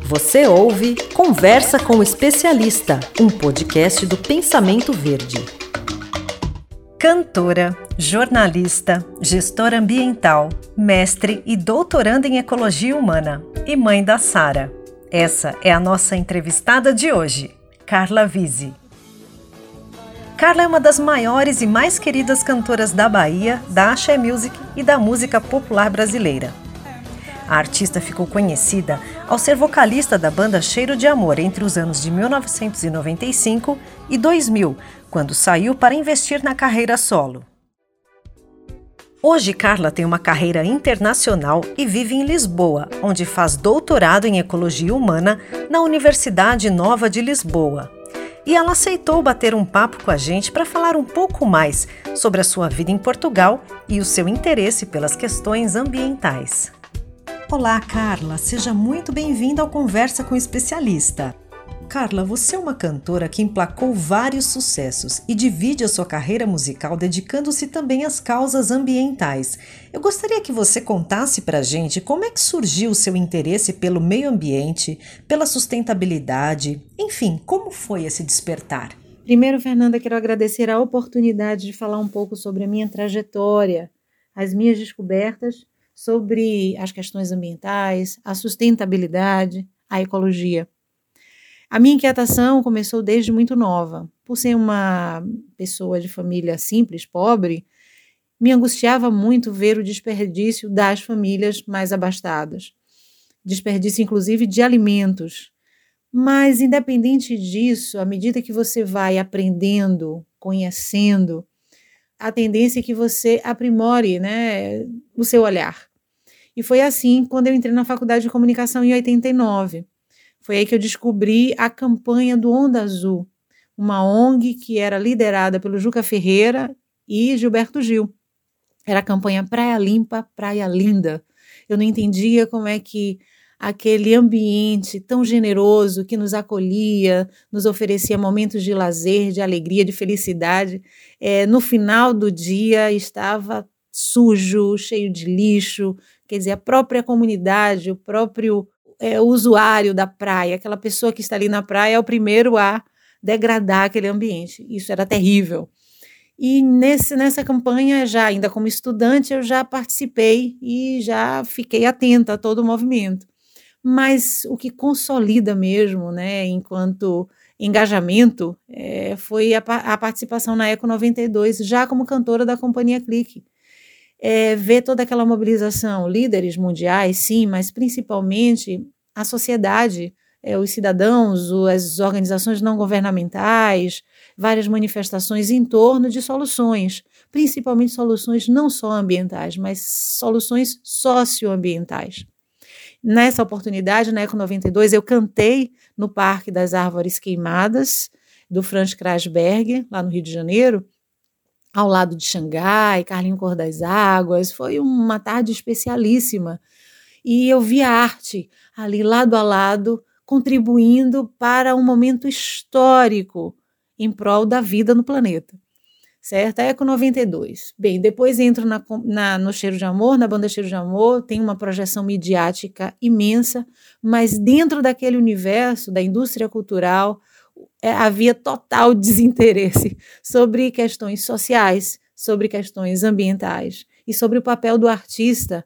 Você ouve Conversa com o Especialista, um podcast do Pensamento Verde. Cantora, jornalista, gestora ambiental, mestre e doutoranda em Ecologia Humana e mãe da Sara. Essa é a nossa entrevistada de hoje, Carla Visi. Carla é uma das maiores e mais queridas cantoras da Bahia, da Axé Music e da música popular brasileira. A artista ficou conhecida ao ser vocalista da banda Cheiro de Amor entre os anos de 1995 e 2000, quando saiu para investir na carreira solo. Hoje, Carla tem uma carreira internacional e vive em Lisboa, onde faz doutorado em Ecologia Humana na Universidade Nova de Lisboa. E ela aceitou bater um papo com a gente para falar um pouco mais sobre a sua vida em Portugal e o seu interesse pelas questões ambientais. Olá, Carla, seja muito bem-vinda ao Conversa com o Especialista. Carla, você é uma cantora que emplacou vários sucessos e divide a sua carreira musical dedicando-se também às causas ambientais. Eu gostaria que você contasse pra gente como é que surgiu o seu interesse pelo meio ambiente, pela sustentabilidade, enfim, como foi esse despertar? Primeiro, Fernanda, quero agradecer a oportunidade de falar um pouco sobre a minha trajetória, as minhas descobertas sobre as questões ambientais, a sustentabilidade, a ecologia. A minha inquietação começou desde muito nova. Por ser uma pessoa de família simples, pobre, me angustiava muito ver o desperdício das famílias mais abastadas. Desperdício, inclusive, de alimentos. Mas, independente disso, à medida que você vai aprendendo, conhecendo, a tendência é que você aprimore, o seu olhar. E foi assim quando eu entrei na Faculdade de Comunicação em 89. Foi aí que eu descobri a campanha do Onda Azul, uma ONG que era liderada pelo Juca Ferreira e Gilberto Gil. Era a campanha Praia Limpa, Praia Linda. Eu não entendia como é que aquele ambiente tão generoso que nos acolhia, nos oferecia momentos de lazer, de alegria, de felicidade, no final do dia estava sujo, cheio de lixo. Quer dizer, a própria comunidade, o próprio usuário da praia, aquela pessoa que está ali na praia é o primeiro a degradar aquele ambiente. Isso era terrível. E nessa campanha, já ainda como estudante, eu já participei e já fiquei atenta a todo o movimento. Mas o que consolida mesmo, enquanto engajamento, foi a participação na Eco 92, já como cantora da Companhia Clique. Ver toda aquela mobilização, líderes mundiais, sim, mas principalmente a sociedade, os cidadãos, as organizações não governamentais, várias manifestações em torno de soluções, principalmente soluções não só ambientais, mas soluções socioambientais. Nessa oportunidade, na Eco 92, eu cantei no Parque das Árvores Queimadas, do Franz Kreisberg, lá no Rio de Janeiro, ao lado de Xangai, Carlinho Cor das Águas. Foi uma tarde especialíssima. E eu vi a arte ali, lado a lado, contribuindo para um momento histórico em prol da vida no planeta. Certo? A Eco 92. Bem, depois entro no Cheiro de Amor, na banda Cheiro de Amor, tem uma projeção midiática imensa, mas dentro daquele universo da indústria cultural havia total desinteresse sobre questões sociais, sobre questões ambientais e sobre o papel do artista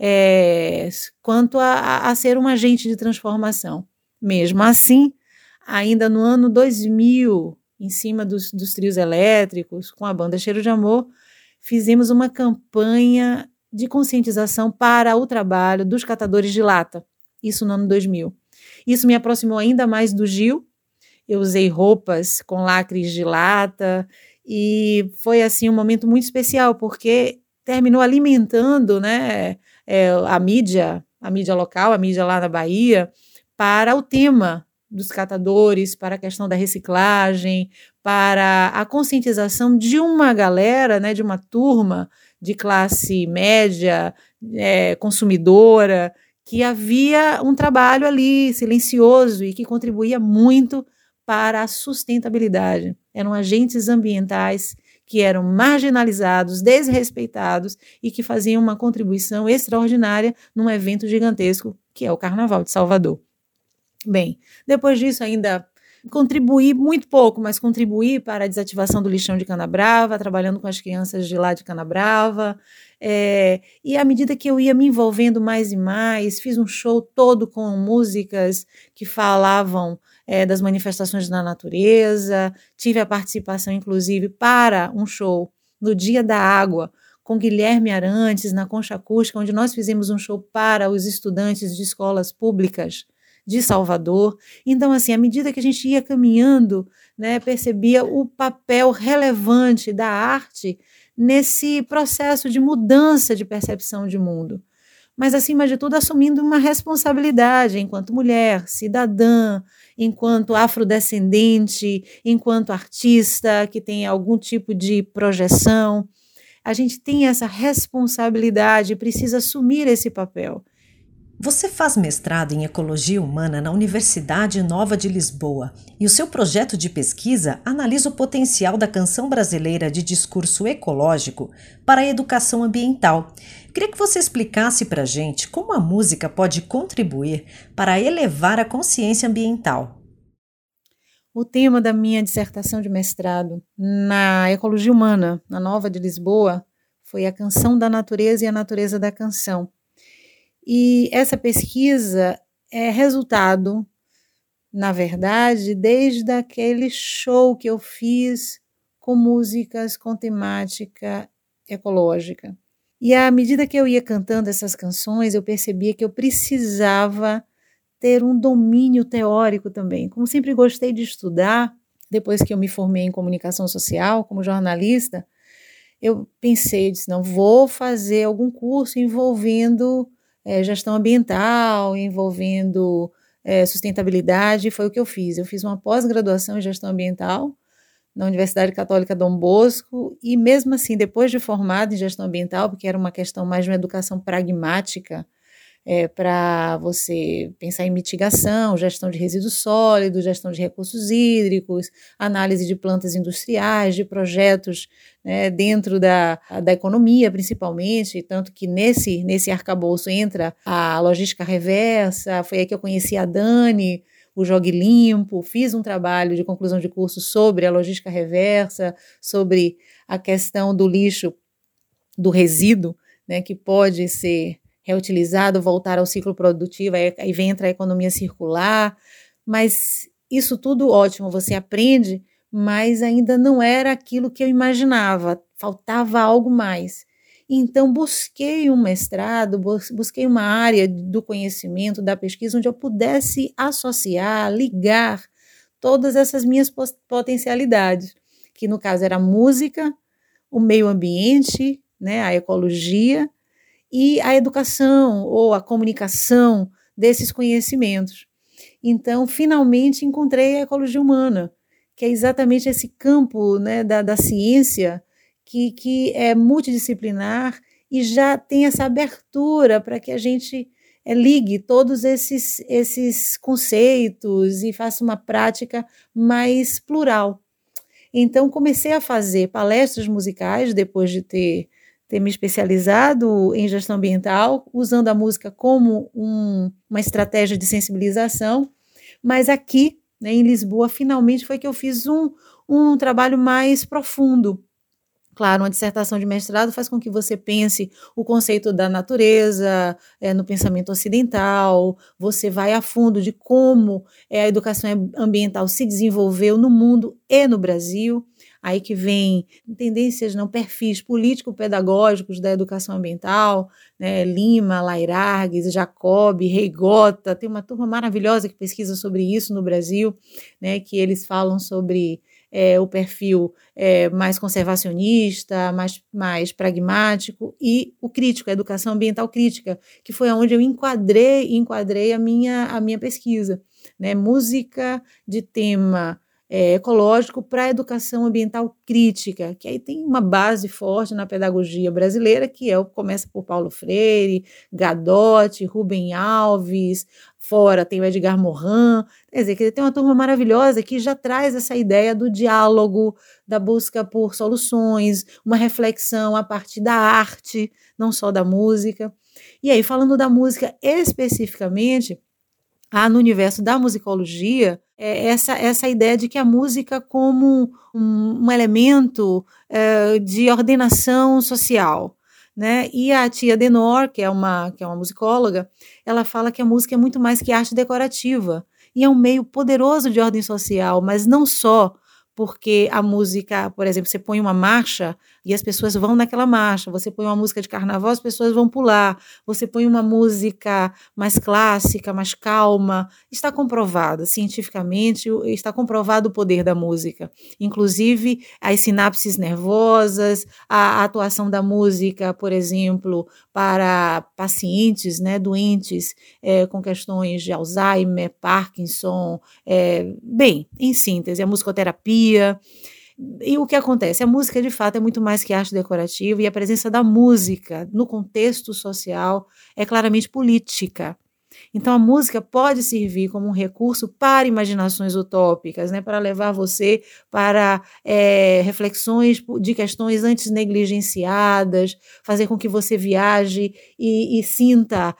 quanto a ser um agente de transformação. Mesmo assim, ainda no ano 2000, em cima dos trios elétricos, com a banda Cheiro de Amor, fizemos uma campanha de conscientização para o trabalho dos catadores de lata, isso no ano 2000. Isso me aproximou ainda mais do Gil. Eu usei roupas com lacres de lata e foi assim um momento muito especial, porque terminou alimentando a mídia local, a mídia lá na Bahia, para o tema dos catadores, para a questão da reciclagem, para a conscientização de uma galera, de uma turma de classe média, consumidora, que havia um trabalho ali silencioso e que contribuía muito para a sustentabilidade. Eram agentes ambientais que eram marginalizados, desrespeitados e que faziam uma contribuição extraordinária num evento gigantesco que é o Carnaval de Salvador. Bem, depois disso ainda contribuí muito pouco, mas contribuí para a desativação do lixão de Canabrava, trabalhando com as crianças de lá de Canabrava, e à medida que eu ia me envolvendo mais e mais, fiz um show todo com músicas que falavam das manifestações da natureza, tive a participação, inclusive, para um show no Dia da Água, com Guilherme Arantes, na Concha Acústica, onde nós fizemos um show para os estudantes de escolas públicas de Salvador. Então, assim, à medida que a gente ia caminhando, né, percebia o papel relevante da arte nesse processo de mudança de percepção de mundo. Mas, acima de tudo, assumindo uma responsabilidade enquanto mulher, cidadã, enquanto afrodescendente, enquanto artista que tem algum tipo de projeção. A gente tem essa responsabilidade e precisa assumir esse papel. Você faz mestrado em Ecologia Humana na Universidade Nova de Lisboa e o seu projeto de pesquisa analisa o potencial da canção brasileira de discurso ecológico para a educação ambiental. Queria que você explicasse para a gente como a música pode contribuir para elevar a consciência ambiental. O tema da minha dissertação de mestrado na Ecologia Humana, na Nova de Lisboa, foi a canção da natureza e a natureza da canção. E essa pesquisa é resultado, na verdade, desde aquele show que eu fiz com músicas com temática ecológica. E à medida que eu ia cantando essas canções, eu percebia que eu precisava ter um domínio teórico também. Como sempre gostei de estudar, depois que eu me formei em comunicação social, como jornalista, eu pensei, disse, não, vou fazer algum curso envolvendo gestão ambiental, envolvendo sustentabilidade, foi o que eu fiz. Eu fiz uma pós-graduação em gestão ambiental na Universidade Católica Dom Bosco e mesmo assim, depois de formada em gestão ambiental, porque era uma questão mais de uma educação pragmática, para você pensar em mitigação, gestão de resíduos sólidos, gestão de recursos hídricos, análise de plantas industriais, de projetos, né, dentro da economia principalmente, tanto que nesse arcabouço entra a logística reversa, foi aí que eu conheci a Dani, o Jogue Limpo, fiz um trabalho de conclusão de curso sobre a logística reversa, sobre a questão do lixo, do resíduo, né, que pode ser reutilizado, voltar ao ciclo produtivo, aí vem entrar a economia circular, mas isso tudo ótimo, você aprende, mas ainda não era aquilo que eu imaginava, faltava algo mais. Então busquei um mestrado, busquei uma área do conhecimento, da pesquisa, onde eu pudesse associar, ligar todas essas minhas potencialidades, que no caso era a música, o meio ambiente, né, a ecologia, e a educação ou a comunicação desses conhecimentos. Então, finalmente encontrei a ecologia humana, que é exatamente esse campo, né, da ciência que é multidisciplinar e já tem essa abertura para que a gente ligue todos esses conceitos e faça uma prática mais plural. Então, comecei a fazer palestras musicais depois de ter me especializado em gestão ambiental, usando a música como uma estratégia de sensibilização, mas aqui, né, em Lisboa, finalmente foi que eu fiz um trabalho mais profundo. Claro, uma dissertação de mestrado faz com que você pense o conceito da natureza no pensamento ocidental, você vai a fundo de como a educação ambiental se desenvolveu no mundo e no Brasil. Aí que vem tendências, não, perfis político-pedagógicos da educação ambiental, né, Lima, Lairargues, Jacob, Reigota, tem uma turma maravilhosa que pesquisa sobre isso no Brasil, né, que eles falam sobre o perfil mais conservacionista, mais pragmático, e o crítico, a educação ambiental crítica, que foi onde eu enquadrei a minha pesquisa, né, música de tema ecológico para a educação ambiental crítica, que aí tem uma base forte na pedagogia brasileira, que começa por Paulo Freire, Gadotti, Rubem Alves, fora tem o Edgar Morin, quer dizer, que tem uma turma maravilhosa que já traz essa ideia do diálogo, da busca por soluções, uma reflexão a partir da arte, não só da música. E aí, falando da música especificamente, há no universo da musicologia essa ideia de que a música como um elemento de ordenação social, né? E a tia Denor, que é uma musicóloga, ela fala que a música é muito mais que arte decorativa, e é um meio poderoso de ordem social, mas não só porque a música, por exemplo, você põe uma marcha e as pessoas vão naquela marcha, você põe uma música de carnaval, as pessoas vão pular, você põe uma música mais clássica, mais calma, está comprovado cientificamente, está comprovado o poder da música, inclusive as sinapses nervosas, a atuação da música, por exemplo, para pacientes, né, doentes com questões de Alzheimer, Parkinson, bem, em síntese, a musicoterapia. E o que acontece? A música, de fato, é muito mais que arte decorativa, e a presença da música no contexto social é claramente política. Então, a música pode servir como um recurso para imaginações utópicas, né, para levar você para reflexões de questões antes negligenciadas, fazer com que você viaje e sinta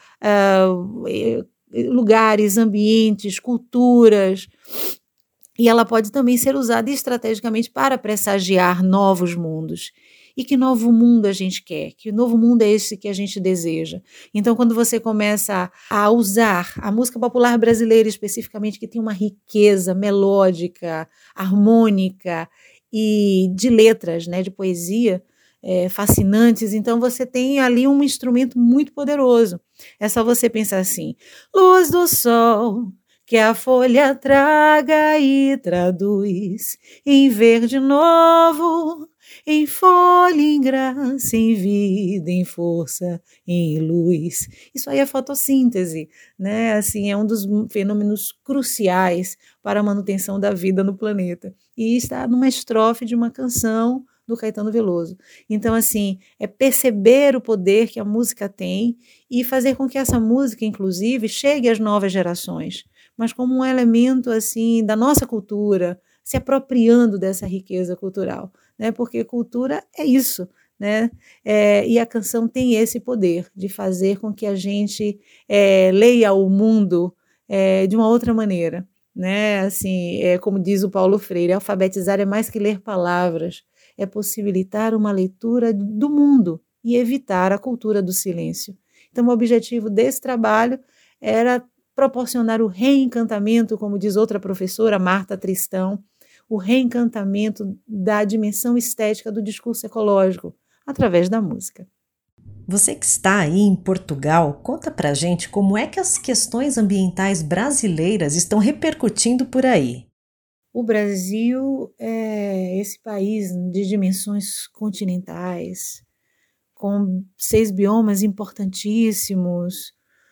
lugares, ambientes, culturas. E ela pode também ser usada estrategicamente para pressagiar novos mundos. E que novo mundo a gente quer? Que novo mundo é esse que a gente deseja? Então, quando você começa a usar a música popular brasileira especificamente, que tem uma riqueza melódica, harmônica e de letras, né, de poesia, fascinantes, então você tem ali um instrumento muito poderoso. É só você pensar assim: luz do sol, que a folha traga e traduz em verde novo, em folha, em graça, em vida, em força, em luz. Isso aí é fotossíntese, né? Assim, é um dos fenômenos cruciais para a manutenção da vida no planeta. E está numa estrofe de uma canção do Caetano Veloso. Então, assim, é perceber o poder que a música tem e fazer com que essa música, inclusive, chegue às novas gerações, mas como um elemento assim da nossa cultura, se apropriando dessa riqueza cultural, né? Porque cultura é isso, né? E a canção tem esse poder de fazer com que a gente leia o mundo de uma outra maneira, né? Assim, como diz o Paulo Freire, alfabetizar é mais que ler palavras, é possibilitar uma leitura do mundo e evitar a cultura do silêncio. Então, o objetivo desse trabalho era proporcionar o reencantamento, como diz outra professora, Marta Tristão, o reencantamento da dimensão estética do discurso ecológico, através da música. Você que está aí em Portugal, conta pra gente como é que as questões ambientais brasileiras estão repercutindo por aí. O Brasil é esse país de dimensões continentais, com 6 biomas importantíssimos,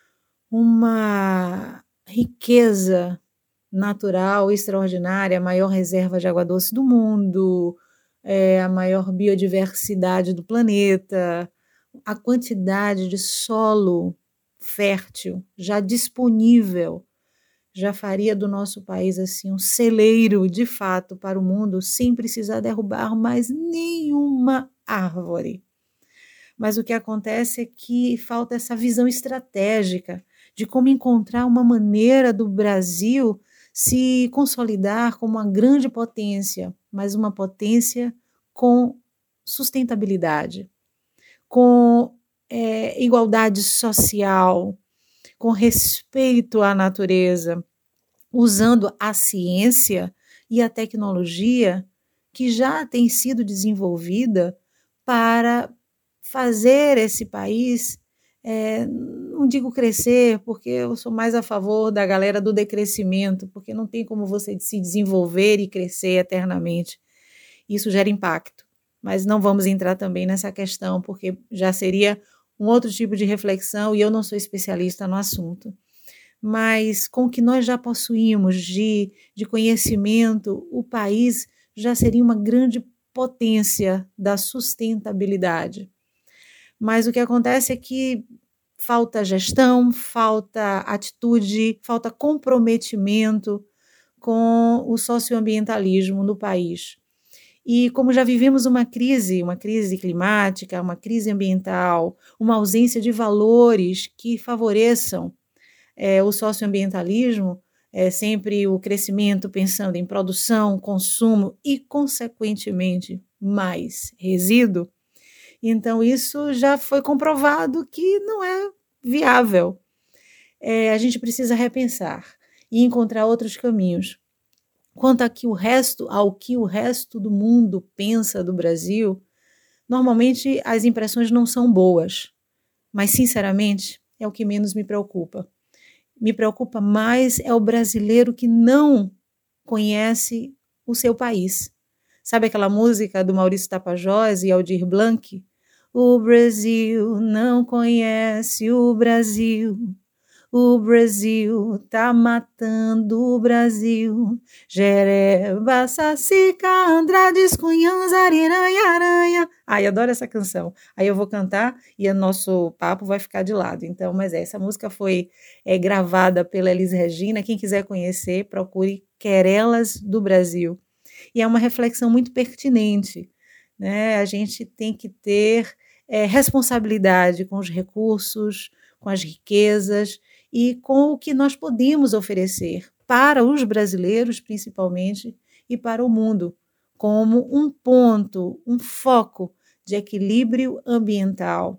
uma riqueza natural extraordinária, a maior reserva de água doce do mundo, a maior biodiversidade do planeta, a quantidade de solo fértil já disponível já faria do nosso país assim um celeiro de fato para o mundo, sem precisar derrubar mais nenhuma árvore. Mas o que acontece é que falta essa visão estratégica de como encontrar uma maneira do Brasil se consolidar como uma grande potência, mas uma potência com sustentabilidade, com igualdade social, com respeito à natureza, usando a ciência e a tecnologia que já tem sido desenvolvida para fazer esse país, não digo crescer, porque eu sou mais a favor da galera do decrescimento, porque não tem como você se desenvolver e crescer eternamente. Isso gera impacto, mas não vamos entrar também nessa questão, porque já seria um outro tipo de reflexão e eu não sou especialista no assunto. Mas com o que nós já possuímos de conhecimento, o país já seria uma grande potência da sustentabilidade. Mas o que acontece é que falta gestão, falta atitude, falta comprometimento com o socioambientalismo no país. E como já vivemos uma crise climática, uma crise ambiental, uma ausência de valores que favoreçam o socioambientalismo, sempre o crescimento pensando em produção, consumo e, consequentemente, mais resíduo, então isso já foi comprovado que não é viável. A gente precisa repensar e encontrar outros caminhos. Quanto ao que o resto do mundo pensa do Brasil, normalmente as impressões não são boas, mas sinceramente é o que menos me preocupa. Me preocupa mais é o brasileiro que não conhece o seu país. Sabe aquela música do Maurício Tapajós e Aldir Blanc? O Brasil não conhece o Brasil. O Brasil tá matando o Brasil. Jereba, Sacica, Andrades, Cunhãs, Ariranha, Aranha. Ai, adoro essa canção. Aí eu vou cantar e o nosso papo vai ficar de lado. Então, mas essa música foi gravada pela Elis Regina. Quem quiser conhecer, procure Querelas do Brasil. E é uma reflexão muito pertinente, né? A gente tem que ter responsabilidade com os recursos, com as riquezas e com o que nós podemos oferecer para os brasileiros, principalmente, e para o mundo, como um ponto, um foco de equilíbrio ambiental,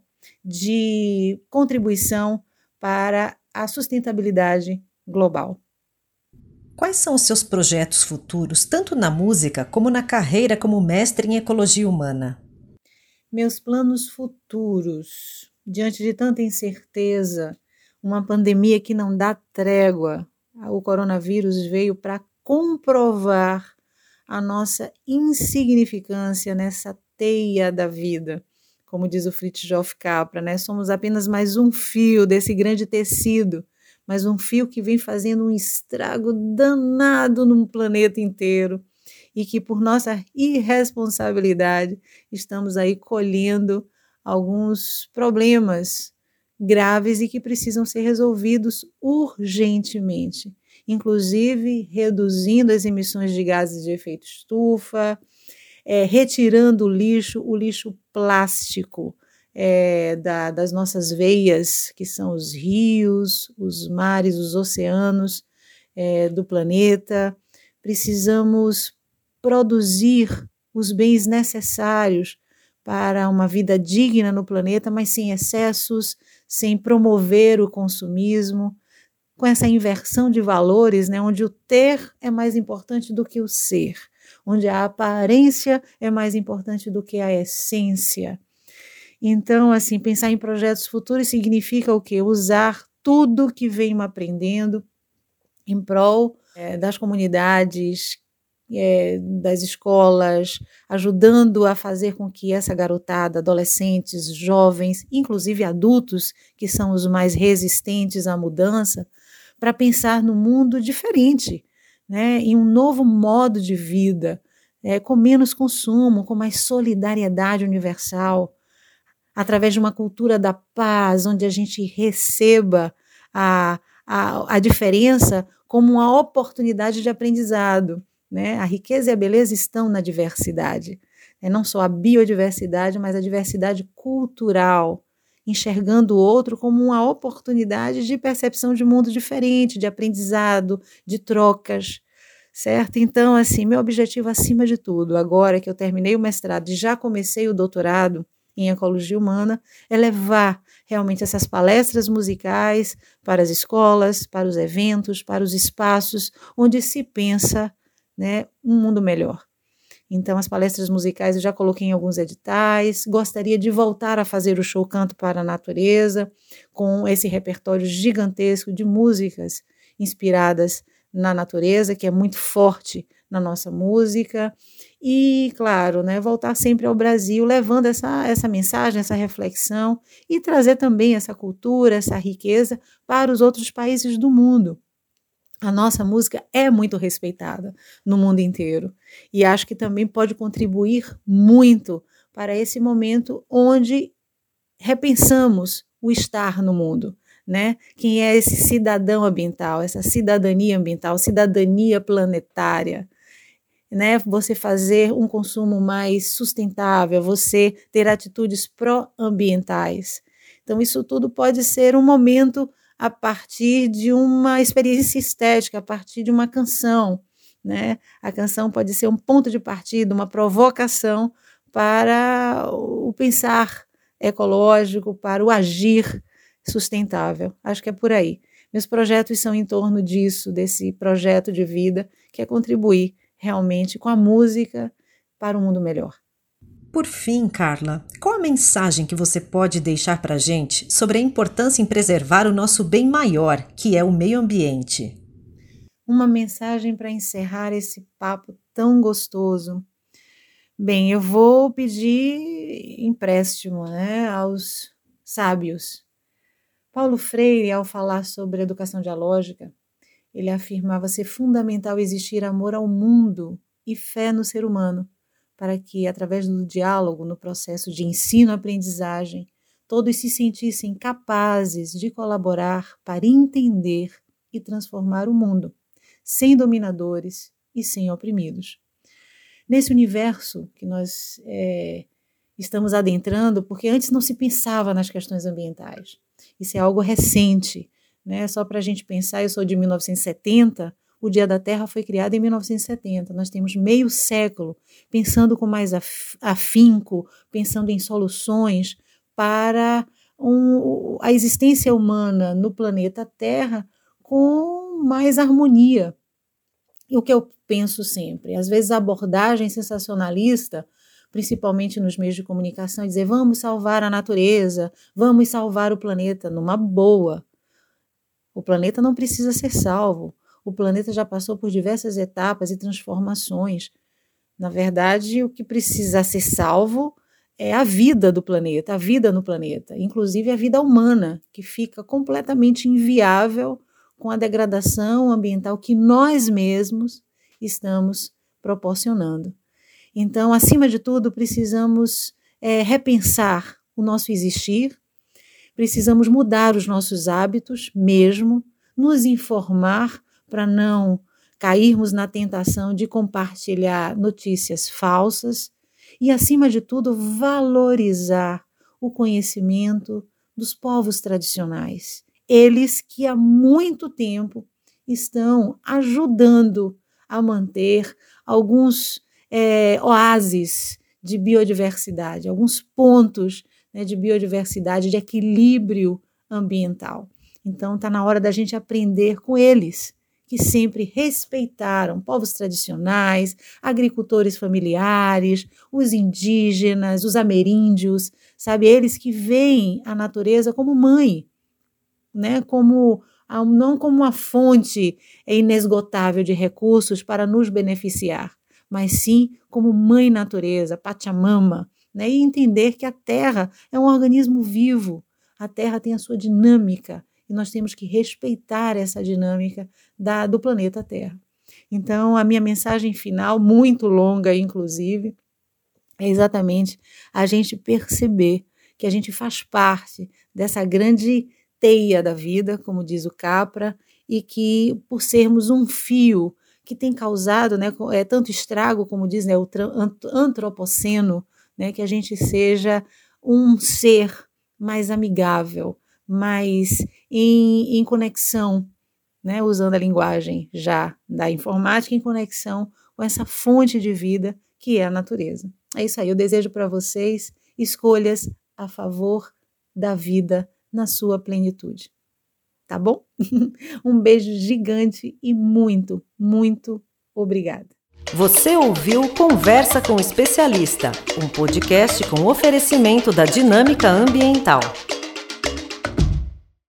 de contribuição para a sustentabilidade global. Quais são os seus projetos futuros, tanto na música como na carreira como mestre em ecologia humana? Meus planos futuros, diante de tanta incerteza, uma pandemia que não dá trégua, o coronavírus veio para comprovar a nossa insignificância nessa teia da vida. Como diz o Fritjof Capra, né? Somos apenas mais um fio desse grande tecido, mas um fio que vem fazendo um estrago danado no planeta inteiro e que, por nossa irresponsabilidade, estamos aí colhendo alguns problemas graves e que precisam ser resolvidos urgentemente, inclusive reduzindo as emissões de gases de efeito estufa, retirando o lixo plástico das nossas veias, que são os rios, os mares, os oceanos do planeta. Precisamos produzir os bens necessários para uma vida digna no planeta, mas sem excessos, sem promover o consumismo, com essa inversão de valores, né, onde o ter é mais importante do que o ser, onde a aparência é mais importante do que a essência. Então, assim, pensar em projetos futuros significa o quê? Usar tudo que venho aprendendo em prol das comunidades, das escolas, ajudando a fazer com que essa garotada, adolescentes, jovens, inclusive adultos, que são os mais resistentes à mudança, para pensar no mundo diferente, né, em um novo modo de vida, com menos consumo, com mais solidariedade universal, através de uma cultura da paz, onde a gente receba a diferença como uma oportunidade de aprendizado. Né? A riqueza e a beleza estão na diversidade, não só a biodiversidade, mas a diversidade cultural, enxergando o outro como uma oportunidade de percepção de mundo diferente, de aprendizado, de trocas, certo? Então, assim, meu objetivo acima de tudo, agora que eu terminei o mestrado e já comecei o doutorado em ecologia humana, é levar realmente essas palestras musicais para as escolas, para os eventos, para os espaços onde se pensa, né, um mundo melhor. Então, as palestras musicais eu já coloquei em alguns editais, gostaria de voltar a fazer o show Canto para a Natureza, com esse repertório gigantesco de músicas inspiradas na natureza, que é muito forte na nossa música, e, claro, né, voltar sempre ao Brasil, levando essa mensagem, essa reflexão, e trazer também essa cultura, essa riqueza para os outros países do mundo. A nossa música é muito respeitada no mundo inteiro e acho que também pode contribuir muito para esse momento onde repensamos o estar no mundo, né? Quem é esse cidadão ambiental, essa cidadania ambiental, cidadania planetária, né? Você fazer um consumo mais sustentável, você ter atitudes pró-ambientais. Então, isso tudo pode ser um momento a partir de uma experiência estética, a partir de uma canção, né? A canção pode ser um ponto de partida, uma provocação para o pensar ecológico, para o agir sustentável. Acho que é por aí. Meus projetos são em torno disso, desse projeto de vida, que é contribuir realmente com a música para um mundo melhor. Por fim, Carla, qual a mensagem que você pode deixar para a gente sobre a importância em preservar o nosso bem maior, que é o meio ambiente? Uma mensagem para encerrar esse papo tão gostoso. Bem, eu vou pedir empréstimo, né, aos sábios. Paulo Freire, ao falar sobre educação dialógica, ele afirmava ser fundamental existir amor ao mundo e fé no ser humano, para que, através do diálogo no processo de ensino-aprendizagem, todos se sentissem capazes de colaborar para entender e transformar o mundo, sem dominadores e sem oprimidos. Nesse universo que nós estamos adentrando, porque antes não se pensava nas questões ambientais. Isso é algo recente, né? Só para a gente pensar, eu sou de 1970, o Dia da Terra foi criado em 1970, nós temos meio século pensando com mais afinco, pensando em soluções para a existência humana no planeta Terra com mais harmonia. E o que eu penso sempre, às vezes a abordagem sensacionalista, principalmente nos meios de comunicação, é dizer vamos salvar a natureza, vamos salvar o planeta, numa boa. O planeta não precisa ser salvo. O planeta já passou por diversas etapas e transformações. Na verdade, o que precisa ser salvo é a vida do planeta, a vida no planeta, inclusive a vida humana, que fica completamente inviável com a degradação ambiental que nós mesmos estamos proporcionando. Então, acima de tudo, precisamos repensar o nosso existir, precisamos mudar os nossos hábitos mesmo, nos informar para não cairmos na tentação de compartilhar notícias falsas e, acima de tudo, valorizar o conhecimento dos povos tradicionais. Eles que há muito tempo estão ajudando a manter alguns oásis de biodiversidade, alguns pontos, né, de biodiversidade, de equilíbrio ambiental. Então, está na hora da gente aprender com eles, que sempre respeitaram povos tradicionais, agricultores familiares, os indígenas, os ameríndios, sabe? Eles que veem a natureza como mãe, né? Não como uma fonte inesgotável de recursos para nos beneficiar, mas sim como mãe natureza, Pachamama, né? E entender que a Terra é um organismo vivo, a Terra tem a sua dinâmica, e nós temos que respeitar essa dinâmica do planeta Terra. Então, a minha mensagem final, muito longa inclusive, é exatamente a gente perceber que a gente faz parte dessa grande teia da vida, como diz o Capra, e que por sermos um fio que tem causado, né, tanto estrago, como diz, né, o antropoceno, né, que a gente seja um ser mais amigável, mais em conexão, né, usando a linguagem já da informática, em conexão com essa fonte de vida que é a natureza. É isso aí, eu desejo para vocês escolhas a favor da vida na sua plenitude. Tá bom? Um beijo gigante e muito, muito obrigada. Você ouviu Conversa com o Especialista, um podcast com oferecimento da Dinâmica Ambiental.